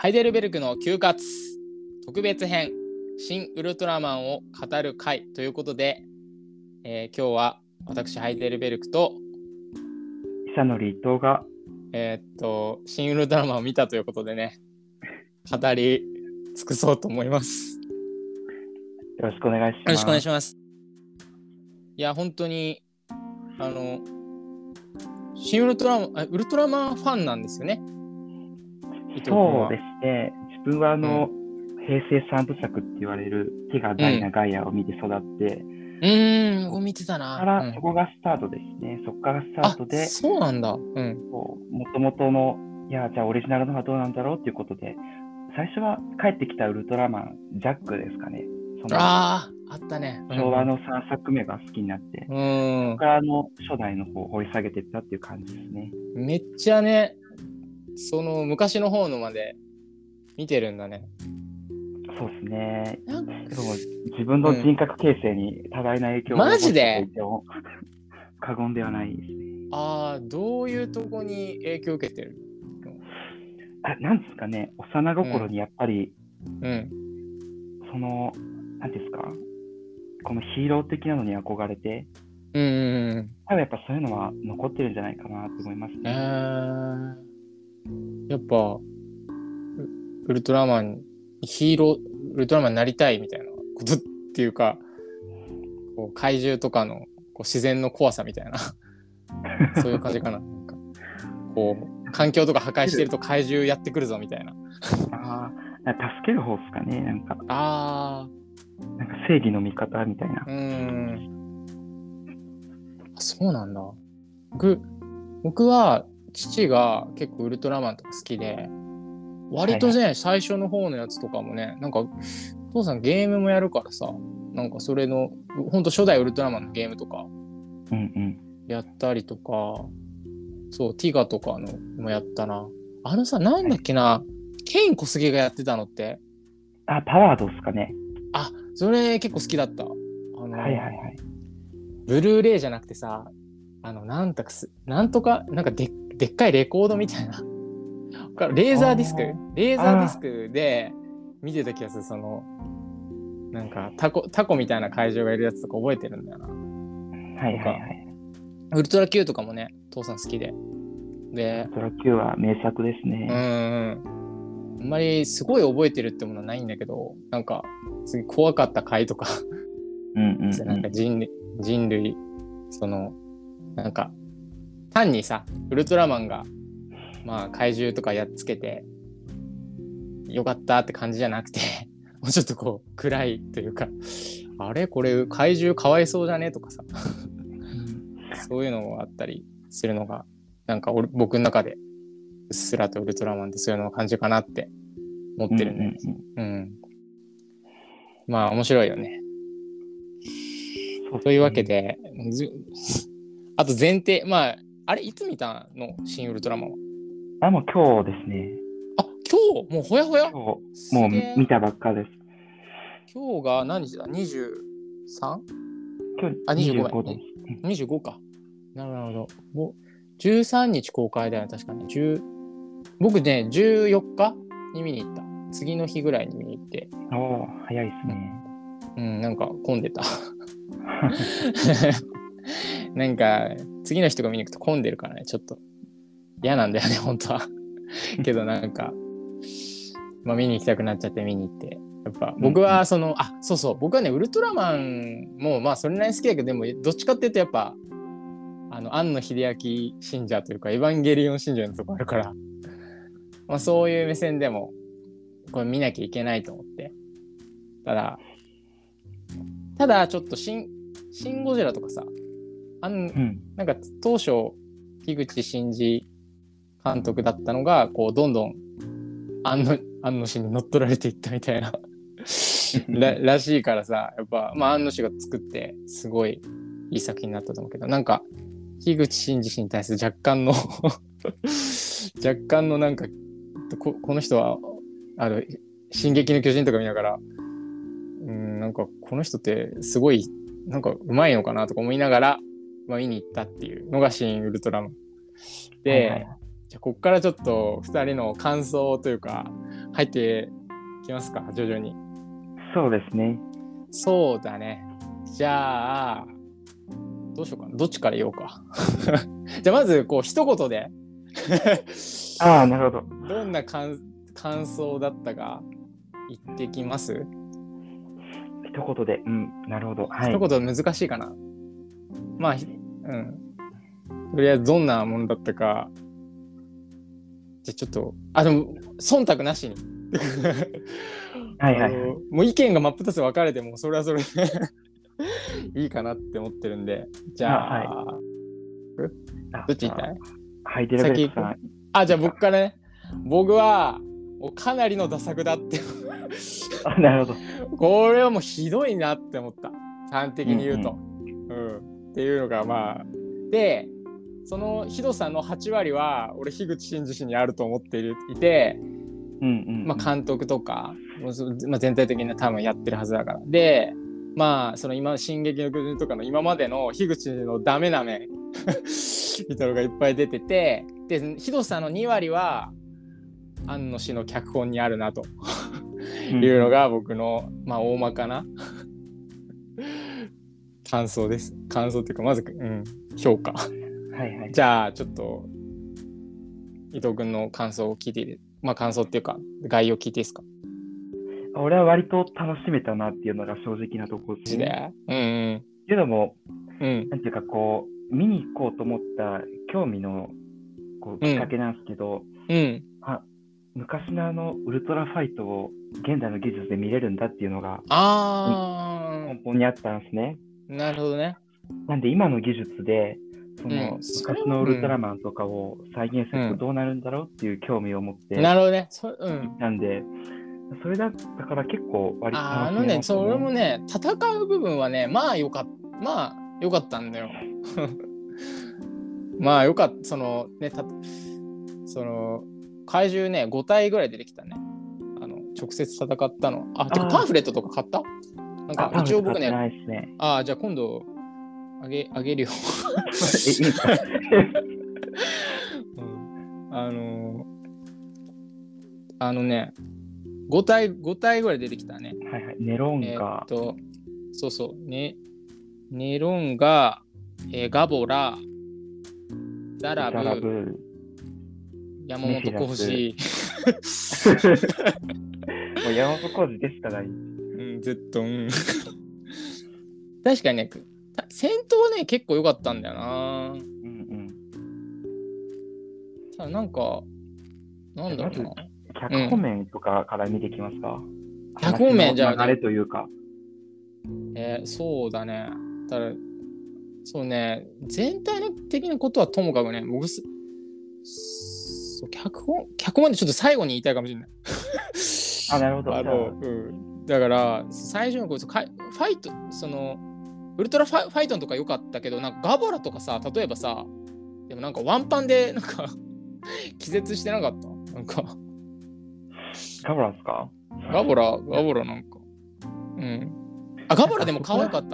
ハイデルベルクの休活特別編新ウルトラマンを語る会ということで、今日は私ハイデルベルクと久典伊藤が新ウルトラマンを見たということでね、語り尽くそうと思います。 よろしくお願いします。 よろしくお願いします。いや本当に新ウルトラマンファンなんですよね。 そうですね。自分は平成三部作って言われるティガ、ダイナ、ガイアを見て育って、 見てたな。 そこがスタートですね。そこからスタートで、 そうなんだ。もともとのじゃあオリジナルのはどうなんだろうっていうことで、最初は帰ってきたウルトラマンジャックですかね。 あったね。 昭和の3作目が好きになって、そこから初代の方を掘り下げていったっていう感じですね。 めっちゃね、その昔の方のまで見てるんだね。 そうですね。でも自分の人格形成に多大な影響をマジで及ぼしていても過言ではないですね。 どういうとこに影響を受けてるの？ なんですかね、幼心にやっぱり、そのなんですか、このヒーロー的なのに憧れて、多分やっぱそういうのは残ってるんじゃないかなと思いますね。 やっぱウルトラマンウルトラマンになりたいみたいなことっていうか、こう怪獣とかのこう自然の怖さみたいなそういう感じかな。なんかこう環境とか破壊してると怪獣やってくるぞみたいな。 助ける方ですかね。なんか正義の味方みたいな。 そうなんだ。僕は父が結構ウルトラマンとか好きで、割とね、最初の方のやつとかもね、なんかお父さんゲームもやるからさ、なんかそれのほんと初代ウルトラマンのゲームとかやったりとか、そうティガとかのもやったな。なんだっけな、ケイン小杉がやってたのってパワードですかね。 それ結構好きだった。ブルーレイじゃなくてさ、なんとかなんかでっかいレコードみたいなレーザーディスクで見てた気がする。そのなんかタコみたいな怪獣がいるやつとか覚えてるんだよな。ウルトラ Q とかもね、父さん好きで。 ウルトラ Q は名作ですね。 あんまりすごい覚えてるってものはないんだけど、なんかすごい怖かった回とかなんか人類そのなんか単にさ、ウルトラマンが怪獣とかやっつけてよかったって感じじゃなくてもうちょっとこう暗いというか、これ怪獣かわいそうじゃねとかさそういうのがあったりするのが、なんか僕の中でうっすらとウルトラマンってそういうの感じかなって思ってるんで、面白いよね。というわけで、あと前提、いつ見たの新ウルトラマンは？ もう今日ですね。 今日もうほやほや。 もう見たばっかです。 今日が何時だ？ 23？ 今日25です。 25か。なるほど。もう13日公開だよね、確かに。僕ね、14日に見に行った。次の日ぐらいに見に行って。 早いですね。 なんか混んでた。なんか次の日とか見に行くと混んでるからね、ちょっと嫌なんだよね、本当は。けどなんか、見に行きたくなっちゃって見に行って。やっぱ僕は僕はね、ウルトラマンもそれなりに好きだけど、でもどっちかっていうとやっぱ庵野秀明信者というかエヴァンゲリオン信者のとこあるから、そういう目線でもこれ見なきゃいけないと思って。ただちょっとシンゴジラとかさ、なんか当初樋口真嗣監督だったのがこうどんどん庵野氏に乗っ取られていったみたいならしいからさ、やっぱ庵野氏が作ってすごいいい作品になったと思うけど、なんか樋口真嗣氏に対する若干のなんかこの人は進撃の巨人とか見ながらなんかこの人ってすごいなんかうまいのかなとか思いながら、見に行ったっていうのが新ウルトラマンで、じゃあこっからちょっと2人の感想というか入ってきますか、徐々に。 そうですね。 そうだね。じゃあ、どうしようかな。どっちから言おうか。じゃあまず、こう、一言でああ、なるほど。 どんな感想だったか言ってきます？ 一言で、なるほど。はい。 一言難しいかな。まあ、とりあえずどんなものだったか。じゃあちょっと、でも、忖度なしに。 はいはいはい。 もう意見が真っ二つ分かれても、それはそれでいいかなって思ってるんで。じゃあ、 はい、 どっち言いたい？ はい、デラベルトさん。 じゃあ僕からね。僕は、もうかなりのダ作だってなるほど。これはもうひどいなって思った。端的に言うと。っていうのがまあ。で、そのひどさの8割は俺樋口真嗣氏にあると思っていて、まあ、監督とか、まあ、全体的に多分やってるはずだから。で、まあその今進撃の巨人とかの今までの樋口のダメな面みたいなのがいっぱい出てて、でひどさの2割は庵野氏の脚本にあるなというのが僕の、まあ、大まかな感想です。感想っていうかまず、評価。はいはい。じゃあちょっと伊藤君の感想を聞いていいですか？まあ感想っていうか概要聞いていいですか？ 俺は割と楽しめたなっていうのが正直なところですね。っていうのも、なんていうかこう見に行こうと思った興味のこうきっかけなんですけど、昔のウルトラファイトを現代の技術で見れるんだっていうのが根本にあったんですね。 なるほどね。 なんで今の技術でその昔のウルトラマンとかを再現するとどうなるんだろうっていう興味を持ってなるほどね。 なんで、それだったから結構割と楽しめましたね。 それもね、戦う部分はね、まあよかったんだよ。まあよかった。その怪獣ね、5体ぐらい出てきたね。直接戦ったの。てかパンフレットとか買った？なんか一応僕ね。じゃあ今度あげるよ。いいですか？5体ぐらい出てきたね。 はいはい。ネロンガ。 そうそう。ネロンガ、ガボラ、ザラブ、山本浩二。 もう山本浩二でしかない。 ずっと。確かにね、戦闘はね、結構良かったんだよな。ただなんか、なんだろうな。 脚本面とかから見てきますか？ 脚本面じゃあ、流れというか。 そうだね。そうね、全体的なことはともかくね、僕脚本でちょっと最後に言いたいかもしれない。 なるほど。 だから最初のファイト、ウルトラファイトンとか良かったけど、なんかガボラとかさ、例えばさ、でもなんかワンパンでなんか気絶してなかった？なんかガボラですか？ ガボラなんか。ガボラでも可愛かった。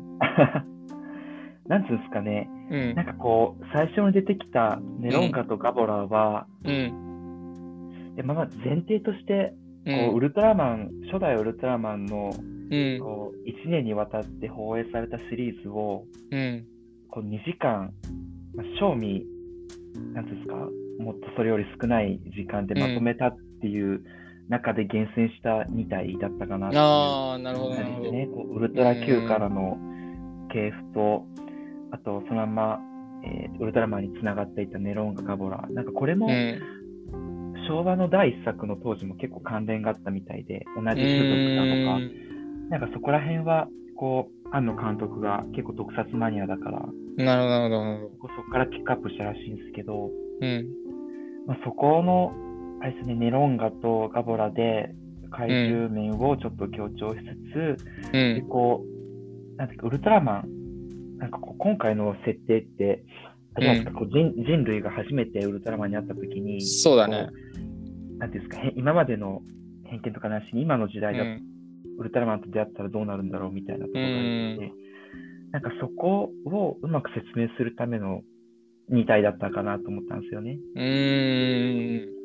なんつうんですかね、なんかこう最初に出てきたネロンガとガボラは、まあ前提としてこうウルトラマン、初代ウルトラマンの、こう1年にわたって放映されたシリーズを、こう2時間、賞味なんていうんですか、もっとそれより少ない時間でまとめたっていう中で厳選した2体だったかなっていう感じですね。こうウルトラ Q からの系譜と、あとそのまま、ウルトラマンにつながっていたネロンガガボラ、なんかこれも、昭和の第一作の当時も結構関連があったみたいで、同じ種族だとか、なんかそこら辺はこう庵野監督が結構特撮マニアだから、 なるほど。 そこからピックアップしたらしいんですけど、そこのあれですね、ネロンガとガボラで怪獣面をちょっと強調しつつ、でこうなんていうかウルトラマン、なんかこう今回の設定ってあれなんですか、こう人類が初めてウルトラマンに会った時に、 そうだね。 なんていうんですか、今までの偏見とかなしに今の時代だ、ウルトラマンと出会ったらどうなるんだろうみたいなところがあって、なんかそこをうまく説明するための2体だったかなと思ったんですよね。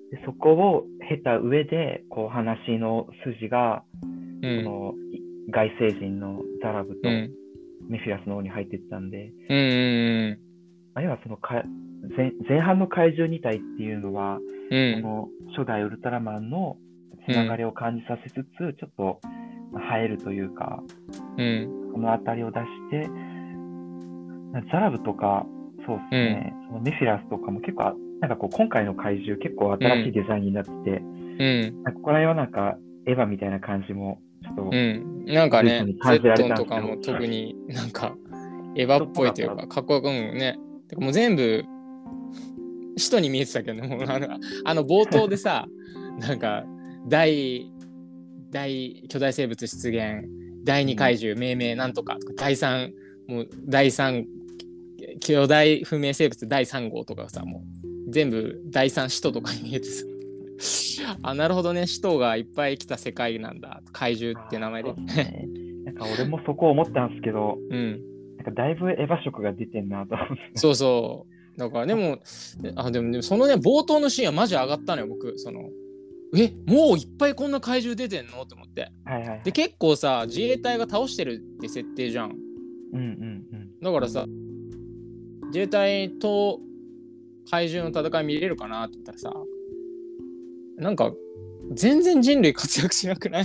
でそこを経た上で、こう話の筋が、 うん、 その外星人のザラブとうん、 メフィラスの方に入っていったんで、 うん、 あるいはその前半の怪獣2体っていうのは、 うん、 この初代ウルトラマンのつうん、 ながりを感じさせつつ、ちょっと映えるというか、 うん、 そのあたりを出して、ザラブとか、そうですうん、 ね、そのメフィラスとかも結構、なんかこう、今回の怪獣結構新しいデザインになってて、 うん、 ここら辺はなんか、エヴァみたいな感じも、ちょっと、 うん。なんかね、 随所にゼッ感じられトンとかたんですよ。 も特になんか、エヴァ人っっぽかった。 ぽいというか、かっこよく、うんね。てかもう全部、使徒に見えてたけどね、もう冒頭でさ、なんか、大巨大生物出現、第二怪獣命名なんとか、第三巨大不明生物第3号とかさ、もう全部第3使徒とかに見えてさ、あ、なるほどね、使徒がいっぱい来た世界なんだ、怪獣って名前で。 そうですね。なんか俺もそこ思ったんですけど、 うん。 なんかだいぶエヴァ色が出てんなと思って。 そうそう。だからでも、そのね、冒頭のシーンはマジ上がったのよ、僕。もういっぱいこんな怪獣出てんのと思って。で、 はいはいはい。 結構さ、自衛隊が倒してるって設定じゃん。 うんうんだからさ、自衛隊と怪獣の戦い見れるかなと思ったらさ、なんか、全然人類活躍しなくない？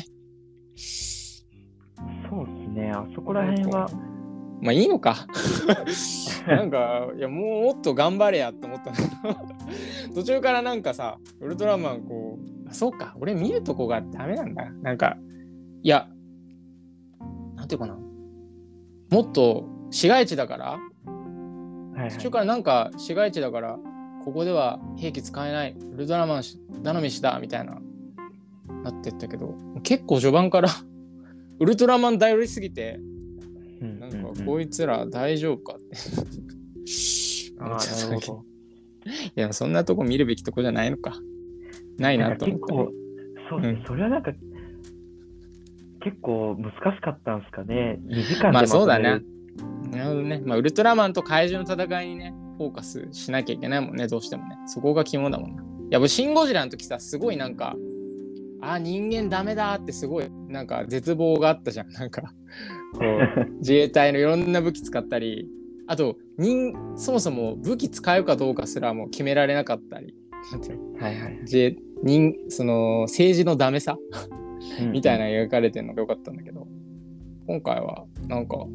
そうですね、あそこら辺は。 まあいいのか。なんか、いや、もっと頑張れやって思ったんだけど、途中からなんかさ、ウルトラマンそうか、俺見るとこがダメなんだ。なんか、いや、なんていうかな。もっと市街地だから、 はいはい、 途中からなんか市街地だから、ここでは兵器使えない、ウルトラマン頼みしだ、みたいな、なってったけど、結構序盤からウルトラマン頼りすぎて、なんかこいつら大丈夫かって思っちゃったわけ。いや、そんなとこ見るべきとこじゃないのか。ないなと思った。 結構、そうですね、それはなんか、結構難しかったんですかね。2時間でまあそうだね。 なるほどね。まあウルトラマンと怪獣の戦いにね、フォーカスしなきゃいけないもんね、どうしてもね。そこが肝だもんな。いや、僕、シン・ゴジラの時さ、すごいなんか、人間ダメだってすごい、なんか絶望があったじゃん。なんか、自衛隊のいろんな武器使ったり、あと、そもそも武器使うかどうかすらも決められなかったり、 はいはい、 その政治のダメさみたいな描かれてるのが良かったんだけど、今回はなんか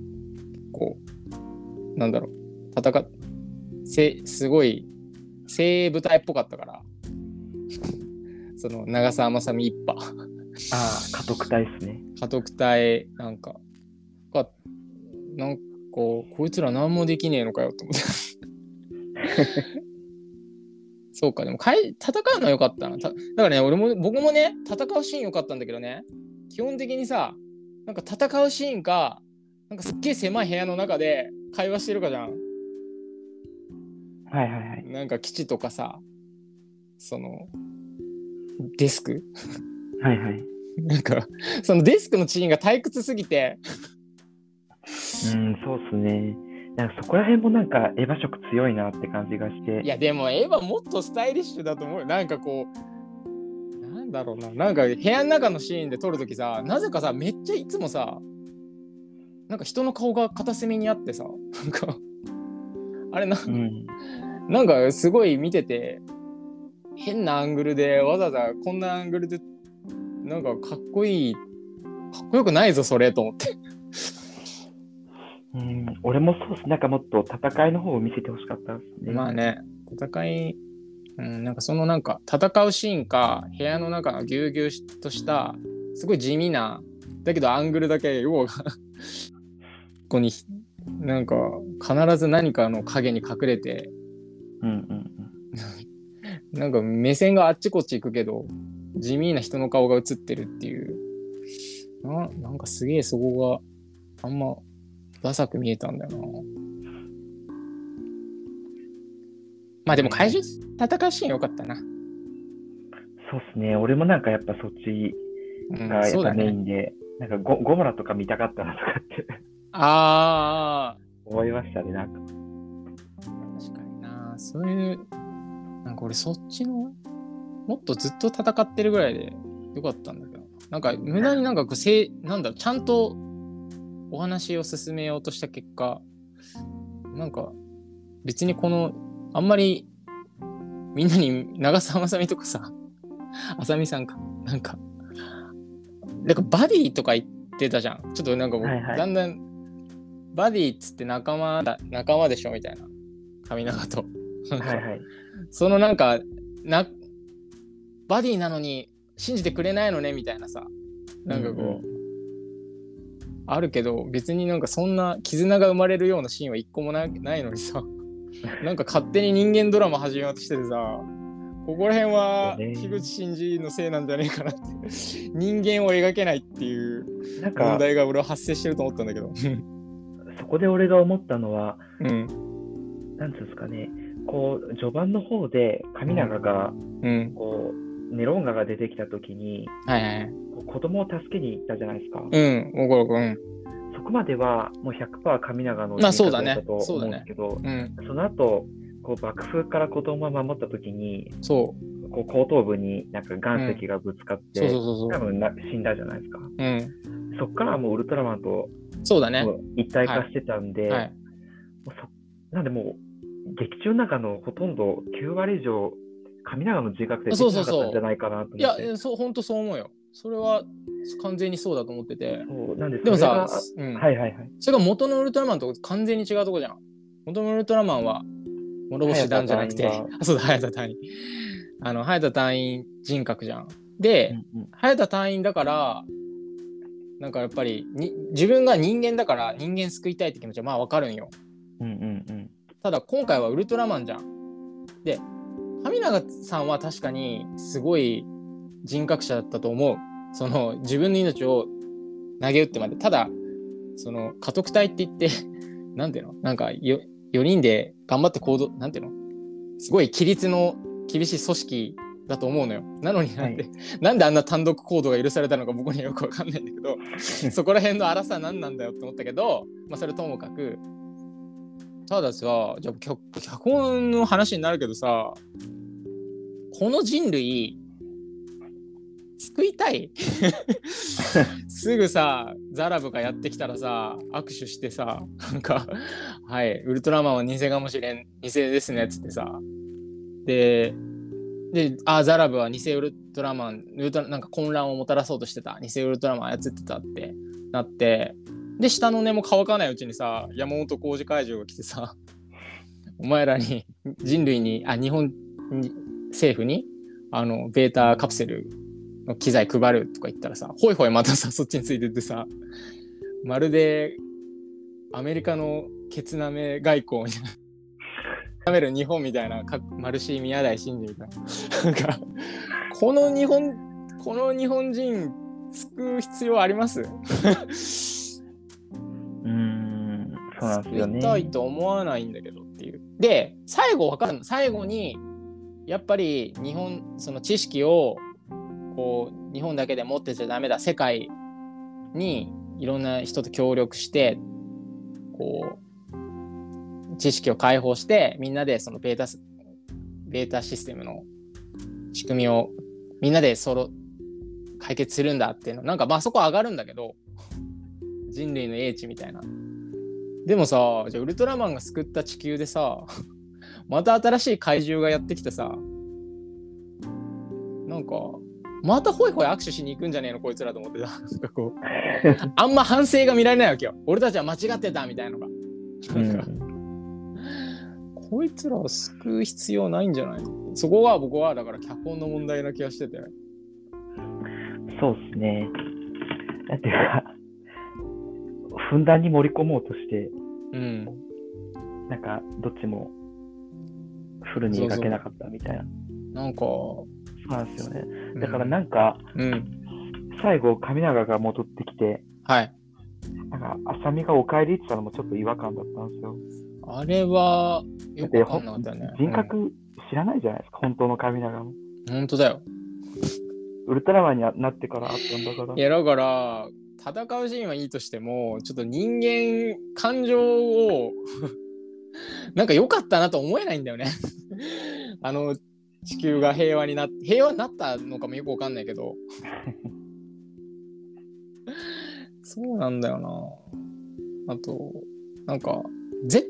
なんだろう、すごい精鋭部隊っぽかったからその長澤まさみ一派家督隊ですね。 家督隊なんかこいつら何もできねえのかよと思ってそうか、でも戦うのは良かったな。だからね、僕もね、戦うシーン良かったんだけどね、基本的にさ、なんか戦うシーンか、なんかすっげえ狭い部屋の中で会話してるかじゃん。 はいはいはい。 なんか基地とかさ、そのデスクはいはい。 なんかそのデスクのシーンが退屈すぎてそうっすね。なんかそこら辺もなんかエヴァ色強いなって感じがして。 いやでもエヴァもっとスタイリッシュだと思うよ。なんかなんだろうな、なんか部屋の中のシーンで撮るときさ、なぜかさ、めっちゃいつもさ、なんか人の顔が片隅にあってさ、なんかあれなんかすごい見てて変なアングルで、わざわざこんなアングルでなんかかっこよくないぞそれと思って俺もそうっす。なんかもっと戦いの方を見せてほしかったですね。 まあね、戦い、なんかなんか戦うシーンか、部屋の中のぎゅうぎゅうとしたすごい地味な、だけどアングルだけここになんか必ず何かの影に隠れて、なんか目線があっちこっち行くけど地味な人の顔が映ってるっていう、なんかすげえそこがあんまダサく見えたんだよな。まあでも怪獣戦うシーン良かったな。 そうっすね。俺もなんかやっぱそっちがやっぱメインで、なんかゴモラとか見たかったなとかって思いましたね、なんか。 確かにな。そういう、なんか俺そっちのもっとずっと戦ってるぐらいでよかったんだけど、なんか無駄になんかこうなんだろう、ちゃんとお話を進めようとした結果、なんか別にあんまりみんなに長澤まさみとかさ、あさみさんかなんかバディとか言ってたじゃん。ちょっとなんかもう、はいはい、だんだんバディっつって仲間でしょみたいな、神永とはいはい、そのなんかバディなのに信じてくれないのねみたいなさ、なんかこう、あるけど別になんかそんな絆が生まれるようなシーンは一個もないのにさなんか勝手に人間ドラマ始めようとしててさ、ここら辺は樋口真嗣のせいなんじゃねえかなって人間を描けないっていう問題が俺は発生してると思ったんだけどそこで俺が思ったのは、なんていうんですかね、こう序盤の方で神永が、こうネロンガが出てきた時に、はいはい、子供を助けに行ったじゃないですか。そこまではもう 100% 神永の人格だったと思うんですけど、その後こう爆風から子供を守った時に、こう後頭部になんか岩石がぶつかって、多分死んだじゃないですか。そこからはもうウルトラマンと一体化してたんで、なんでもう劇中の中のほとんど9割以上神永の自覚でできなかったんじゃないかなと思って。 いや、本当そう思うよ。それは完全にそうだと思ってて。でもさ、それが元のウルトラマンと完全に違うとこじゃん。元のウルトラマンは諸星団じゃなくて、早田隊員。早田隊員人格じゃん。で、早田隊員だから、なんかやっぱり自分が人間だから人間救いたいって気持ちはまあわかるんよ。ただ今回はウルトラマンじゃん。で、神永さんは確かにすごい人格者だったと思う。その自分の命を投げ打ってまで。ただその家督隊って言ってなんていうの、なんか4人で頑張ってなんていうの、すごい規律の厳しい組織だと思うのよ。なのになんであんな単独行動が許されたのか僕にはよくわかんないんだけどそこら辺の荒さ何なんだよって思ったけど、まあそれともかく、たださ、じゃあ脚本の話になるけどさ、この人類救いたいすぐさザラブがやってきたらさ握手してさ、なんかはいウルトラマンは偽かもしれん、偽ですねっつってさ、でザラブは偽ウルトラマン、なんか混乱をもたらそうとしてた、偽ウルトラマン操ってたってなって、で下の根も乾かないうちにさ山本浩二会長が来てさ、お前らに人類に日本政府にベータカプセルの機材配るとか言ったらさ、ほいほいまたさそっちについてってさ、まるでアメリカのケツなめ外交みたいななめる日本みたいな、マルシー宮台真司みたいななんかこの日本人救う必要ありますそうなんですよね。 救いたいと思わないんだけどっていう。で最後にやっぱりその知識をこう日本だけで持ってちゃダメだ、世界にいろんな人と協力してこう知識を解放してみんなでそのベータシステムの仕組みをみんなで解決するんだっていうの、なんかまあそこ上がるんだけど、人類の英知みたいな。でもさ、じゃあウルトラマンが救った地球でさまた新しい怪獣がやってきてさ、なんかまたホイホイ握手しに行くんじゃねえのこいつらと思ってさ、なんかこうあんま反省が見られないわけよ。俺たちは間違ってたみたいなのが、なんか、こいつらを救う必要ないんじゃないの。そこが僕はだから脚本の問題な気がしてて。 そうですね。なんていうかふんだんに盛り込もうとして、なんかどっちもフルに描けなかったみたいな。 なんかそうなんですよね。だからなんか、最後神永が戻ってきて、なんか浅見がお帰りって言ったのもちょっと違和感だったんですよ。 あれはよくわかんなかったよね。 人格知らないじゃないですか、本当の神永も。 本当だよ。 ウルトラマンになってからあったんだから。 いやだから戦うシーンはいいとしても、ちょっと人間感情をなんか良かったなと思えないんだよね地球が平和になったのかもよくわかんないけどそうなんだよな。あとなんかゼ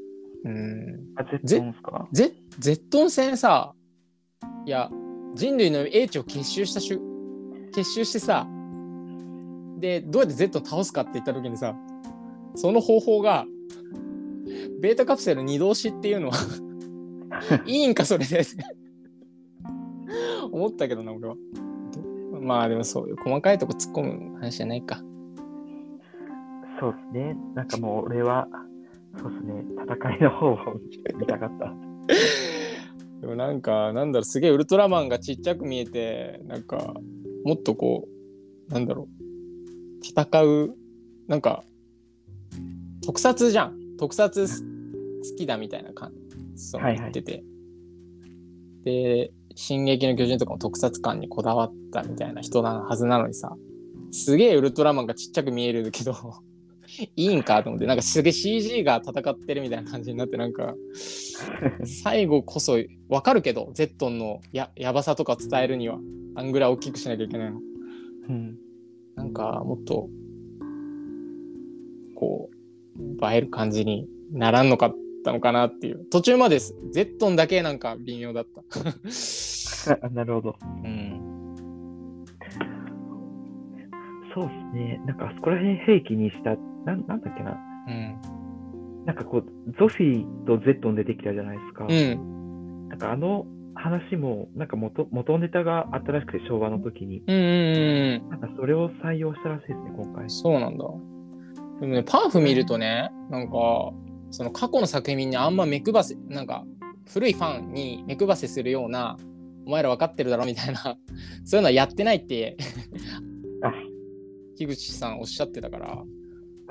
ットン戦さ、いや人類の英知を結集してさ、でどうやってゼットン倒すかって言った時にさ、その方法がベータカプセル2動子っていうのはいいんかそれで思ったけどな俺は。まあでもそういう細かいとこ突っ込む話じゃないか。 そうですね。なんかもう俺はそうですね、戦いの方を見たかったでもなんかなんだろう、すげえウルトラマンがちっちゃく見えて、なんかもっとこうなんだろう、戦うなんか特撮じゃん、特撮好きだみたいな感じそう言ってて、で進撃の巨人とかも特撮感にこだわったみたいな人なはずなのにさ、すげえウルトラマンがちっちゃく見えるけどいいんかと思って、なんかすげえ CG が戦ってるみたいな感じになって、なんか最後こそわかるけどゼットンのやばさとか伝えるにはあんぐらい大きくしなきゃいけないの、なんかもっとこう映える感じにならんのかったのかなっていう。途中までゼットンだけなんか微妙だったなるほど。そうですね。なんかあそこら辺兵器にしたなんだっけな。なんかこうゾフィーとゼットン出てきたじゃないですか。なんかあの話もなんか元ネタがあったらしくて、昭和の時に。なんかそれを採用したらしいですね今回。 そうなんだ。でもね、パンフ見るとね、なんかその過去の作品にあんま目配せ、なんか古いファンに目配せするような、お前ら分かってるだろみたいなそういうのはやってないって樋口さんおっしゃってたから、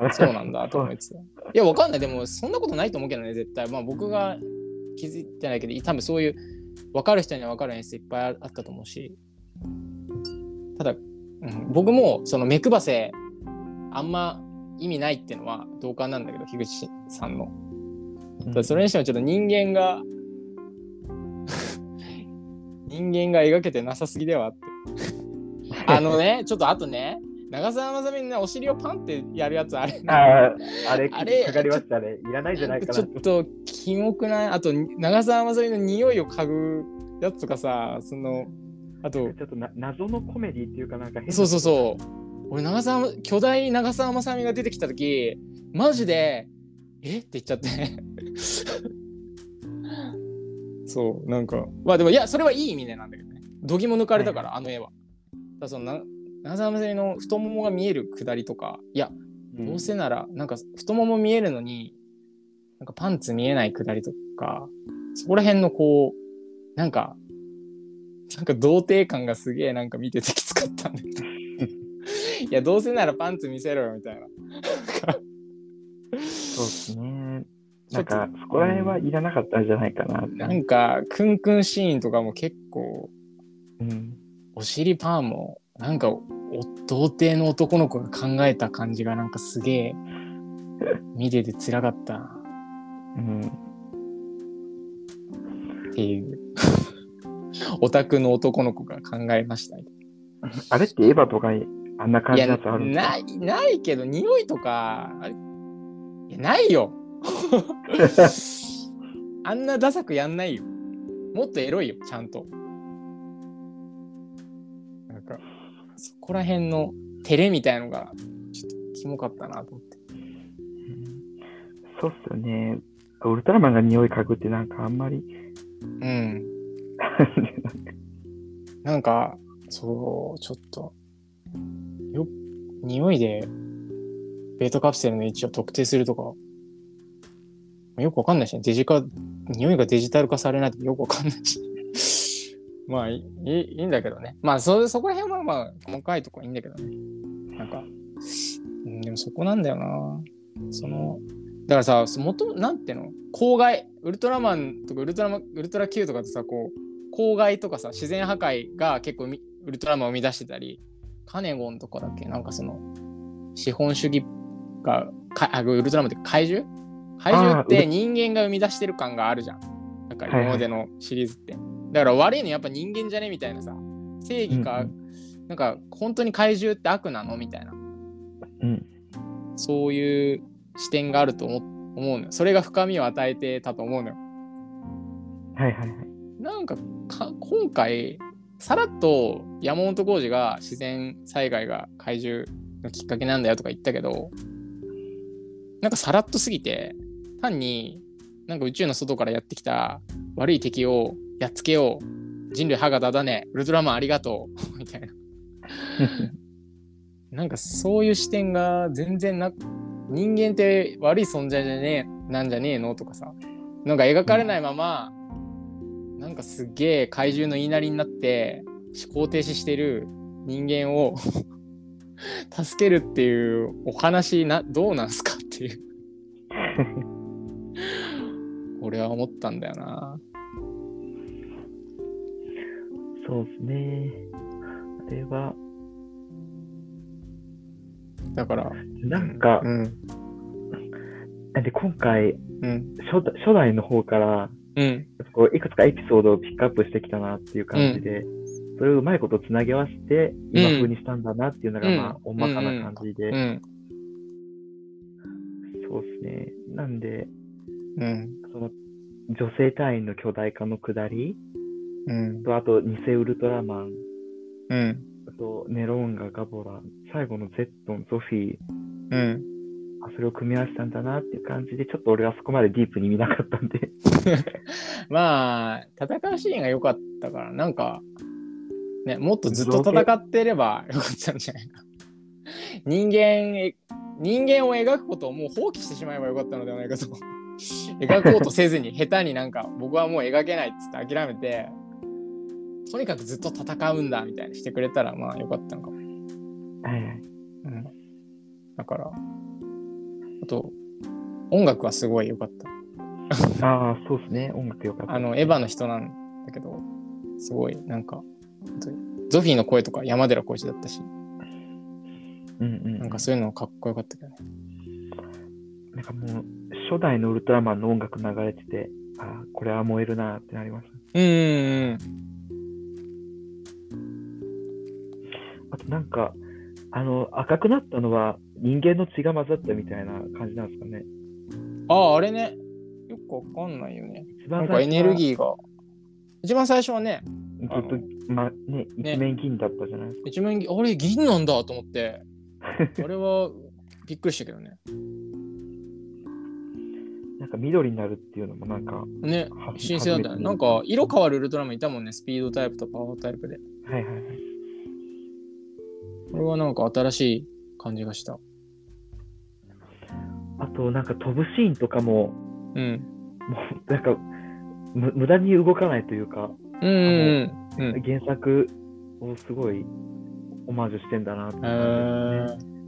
そうなんだと思いつつ、いや分かんない、でもそんなことないと思うけどね絶対。まあ僕が気づいてないけど、多分そういう分かる人には分かる演出いっぱいあったと思うし、ただ、僕もその目配せあんま意味ないっていうのは同感なんだけど、樋口さんの。ただそれにしてもちょっと人間が描けてなさすぎではあってちょっとあとね、長澤まさみのお尻をパンってやるやつ、あれかかりましたね。いらないじゃないかな。 ちょっとキモくない？あと長澤まさみの匂いを嗅ぐやつとかさ、あとちょっと謎のコメディっていうかなんか変な。 そう俺巨大長澤まさみが出てきた時マジでって言っちゃってそうなんかまあでもいやそれはいい意味でなんだけどね、度肝抜かれたから、あの絵は。だその長澤まさみの太ももが見えるくだりとか、いやどうせならなんか太もも見えるのになんかパンツ見えないくだりとか、そこら辺のこうなんか童貞感がすげえなんか見ててきつかったんだけどいやどうせならパンツ見せろよみたいなそうですね。なんかそこら辺はいらなかったんじゃないかな。 なんかクンクンシーンとかも結構、お尻パンもなんか童貞の男の子が考えた感じがなんかすげえ見てて辛かったなっていうオタクの男の子が考えました。 あれってエヴァとかにあんな感じのやつあるんですか？ ないけど匂いとかいやないよあんなダサくやんないよ。もっとエロいよちゃんと。なんかそこら辺の照れみたいのがちょっとキモかったなと思って。 そうっすよね。ウルトラマンが匂い嗅ぐってなんかあんまりなんかそうちょっと匂いでベータカプセルの位置を特定するとかよくわかんないしね。匂いがデジタル化されないとよくわかんないしまあいいんだけどね。まあそこら辺はまあ細かいとこいいんだけどね。なんかでもそこなんだよな。だからさ、なんていうの、公害、ウルトラマンとかウルトラ Q とかってさ、こう公害とかさ、自然破壊が結構ウルトラマンを生み出してたり、カネゴンとかだっけ、なんかその資本主義がウルトラマンって怪獣って人間が生み出してる感があるじゃん。なんか今までのシリーズって。 だから悪いのやっぱ人間じゃねみたいなさ、正義か、なんか本当に怪獣って悪なのみたいな、そういう視点があると思うのよ。それが深みを与えてたと思うのよ。 はいはいはい。 なんか今回さらっと山本浩二が自然災害が怪獣のきっかけなんだよとか言ったけど、なんかさらっとすぎて、単になんか宇宙の外からやってきた悪い敵をやっつけよう、人類歯が立たねえ、ウルトラマンありがとうみたいななんかそういう視点が全然な、人間って悪い存在じゃねえなんじゃねえのとかさ、なんか描かれないまま、なんかすっげえ怪獣の言いなりになって思考停止してる人間を助けるっていうお話どうなんすかっていう俺は思ったんだよな。 そうですね。あれはだからなんか、なんで今回、初代の方から、こういくつかエピソードをピックアップしてきたなっていう感じで、それをうまいことつなげ合わせて今風にしたんだなっていうのが、まあ大まかな感じで、そうですね。なんで、その女性隊員の巨大化のくだり、とあと偽ウルトラマン、あとネロンガ、ガボラ、最後のゼットン、ゾフィー、それを組み合わせたんだなっていう感じで、ちょっと俺はそこまでディープに見なかったんでまあ戦うシーンが良かったから、なんかね、もっとずっと戦ってればよかったんじゃないか人間を描くことをもう放棄してしまえばよかったのではないかと描こうとせずに下手になんか僕はもう描けないっつって諦めて、とにかくずっと戦うんだみたいにしてくれたらまあよかったのかも。だからあと音楽はすごい良かった。 ああ、そうですね。音楽良かった。 エヴァの人なんだけど、すごいなんかゾフィーの声とか山寺宏一だったし、なんかそういうのかっこよかったけどね。 なんかもう初代のウルトラマンの音楽流れてて、あ、これは燃えるなってなりました。あとなんか赤くなったのは人間の血が混ざったみたいな感じなんですかね。 あれね、よくわかんないよね。なんかエネルギーが一番最初はね、 ずっと一面銀だったじゃないですか。 一面銀、あれ銀なんだと思ってあれはびっくりしたけどね。 なんか緑になるっていうのもなんかね、新鮮だったね。なんか色変わるウルトラマンいたもんね、スピードタイプとパワータイプで。 はいはいはい。 これはなんか新しい感じがした。 あとなんか飛ぶシーンとかも、もうなんか無駄に動かないというか、原作をすごいオマージュしてんだなって感じですね。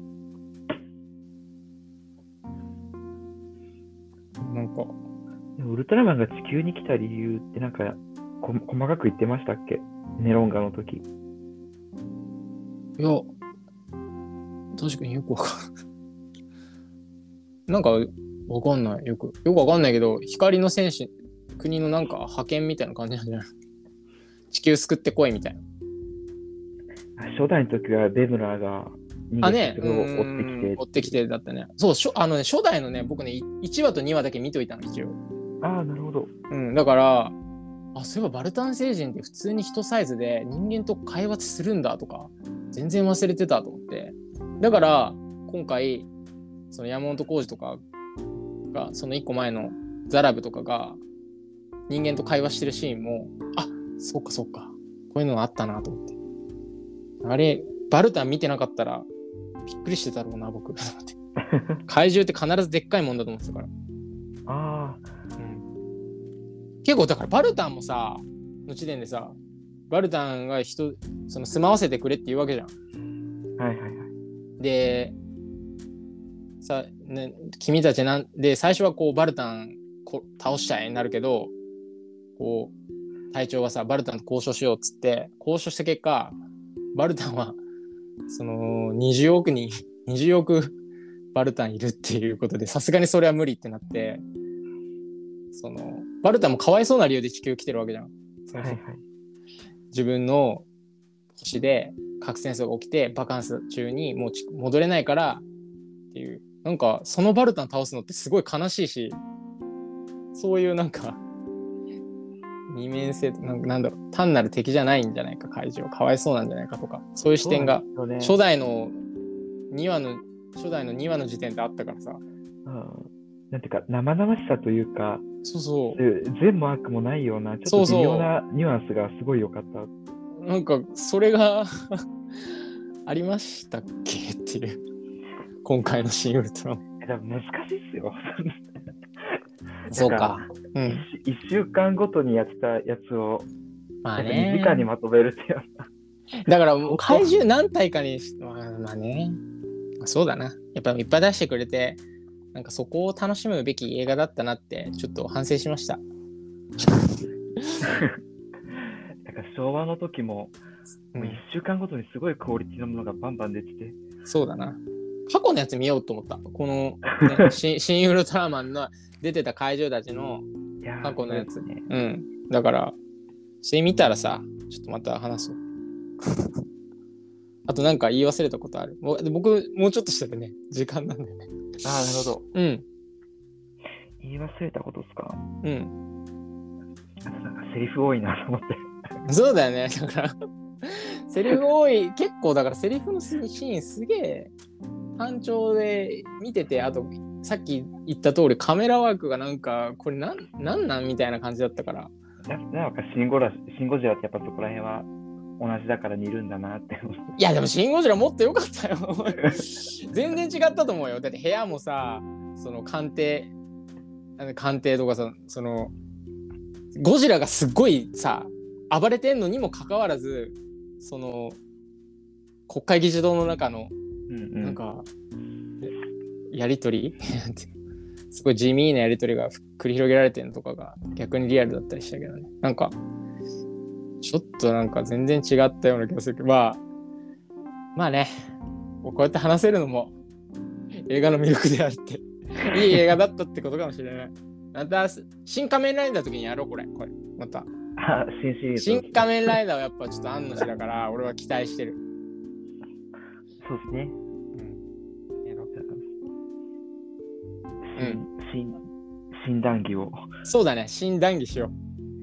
なんかウルトラマンが地球に来た理由ってなんか細かく言ってましたっけ、ネロンガの時。いや、確かによくわかんないなんかわかんない、よくわかんないけど、光の戦士、国のなんか派遣みたいな感じなんじゃない？地球救ってこいみたいな。 初代の時はベムラーが逃げてそれを追ってきてだったね。そう、初代のね、僕ね、1話と2話だけ見といたの、一応。 ああ、なるほど。 だから、そういえばバルタン星人って普通に人サイズで人間と会話するんだとか、全然忘れてたと思って。だから、今回、その山本浩二とかが、その1個前のザラブとかが、人間と会話してるシーンも、そっかそっか、こういうのがあったなと思って。あれ、バルタン見てなかったら、びっくりしてたろうな、僕。怪獣って必ずでっかいもんだと思ってたから。結構だからバルタンもさ、の時点でさ、バルタンがその住まわせてくれって言うわけじゃん。 はいはいはい。 で、さ、ね、君たちで最初はこうバルタン倒しちゃえになるけど、こう隊長がさ、バルタンと交渉しようっつって交渉した結果、バルタンはその20億バルタンいるっていうことで、さすがにそれは無理ってなって、そのバルタンもかわいそうな理由で地球来てるわけじゃん。 はいはい、 自分の星で核戦争が起きてバカンス中にもう戻れないからっていう、なんかそのバルタン倒すのってすごい悲しいし、そういうなんか二面性、なんだろう、単なる敵じゃないんじゃないか、怪獣かわいそうなんじゃないかとか、そういう視点が初代の2話の時点であったからさ、 なんていうか生々しさというか、 そうそう、 善も悪もないようなちょっと微妙なニュアンスがすごい良かった。 なんかそれがありましたっけっていう今回のシン・ウルトラマン。 でも難しいっすよ。 そうか。 うん。1週間ごとにやってたやつを、 まあね、 2時間にまとめるってやつ。だからもう怪獣何体かにまあね、そうだな。やっぱいっぱい出してくれて、なんかそこを楽しむべき映画だったなってちょっと反省しました。 なんか昭和の時も、もう1週間ごとにすごいクオリティのものがバンバン出てて。 そうだな。過去のやつ見ようと思った。この、ね、シン・ウルトラマンの出てた怪獣たちの過去のやつ。ね、うん。だから、それ見たらさ、ちょっとまた話そう。あとなんか言い忘れたことある？僕、もうちょっとしたらね、時間なんだよね。 ああ、なるほど。 うん。 言い忘れたことですか？ うん。 なんかセリフ多いなと思って。 そうだよね。だから、セリフ多い、結構だからセリフのシーンすげえ単調で見てて、あとさっき言った通りカメラワークがなんかこれなんみたいな感じだったから。 なんかシン・ゴジラってやっぱそこら辺は同じだから似るんだなって思って。 いやでもシン・ゴジラもっと良かったよ。全然違ったと思うよ。だって部屋もさ、その官邸とかさ、そのゴジラがすっごいさ暴れてんのにもかかわらず、その国会議事堂の中のなんかやりとりすごい地味なやりとりが繰り広げられてるのとかが逆にリアルだったりしたけどね。なんかちょっとなんか全然違ったような気がするけど、まあね、こうやって話せるのも映画の魅力であっていい映画だったってことかもしれない。また新仮面ライダーの時にやろうこれまた。 新シリーズ。 新仮面ライダーはやっぱちょっと安野氏だから俺は期待してる。 そうですね。新談義を。 そうだね、新談義しよ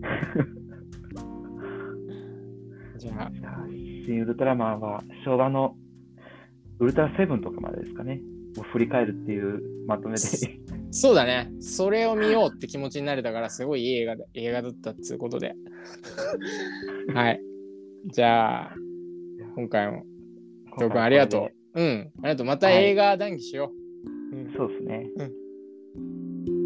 う。じゃあ、 新ウルトラマンは昭和のウルトラセブンとかまでですかね。を振り返るっていうまとめで。 そうだね。それを見ようって気持ちになれたからすごいいい映画だったっていうことで。はい。じゃあ、今回もトークンありがとう。うん、ありがとう。また映画談義しよう。 そうですね。 うん。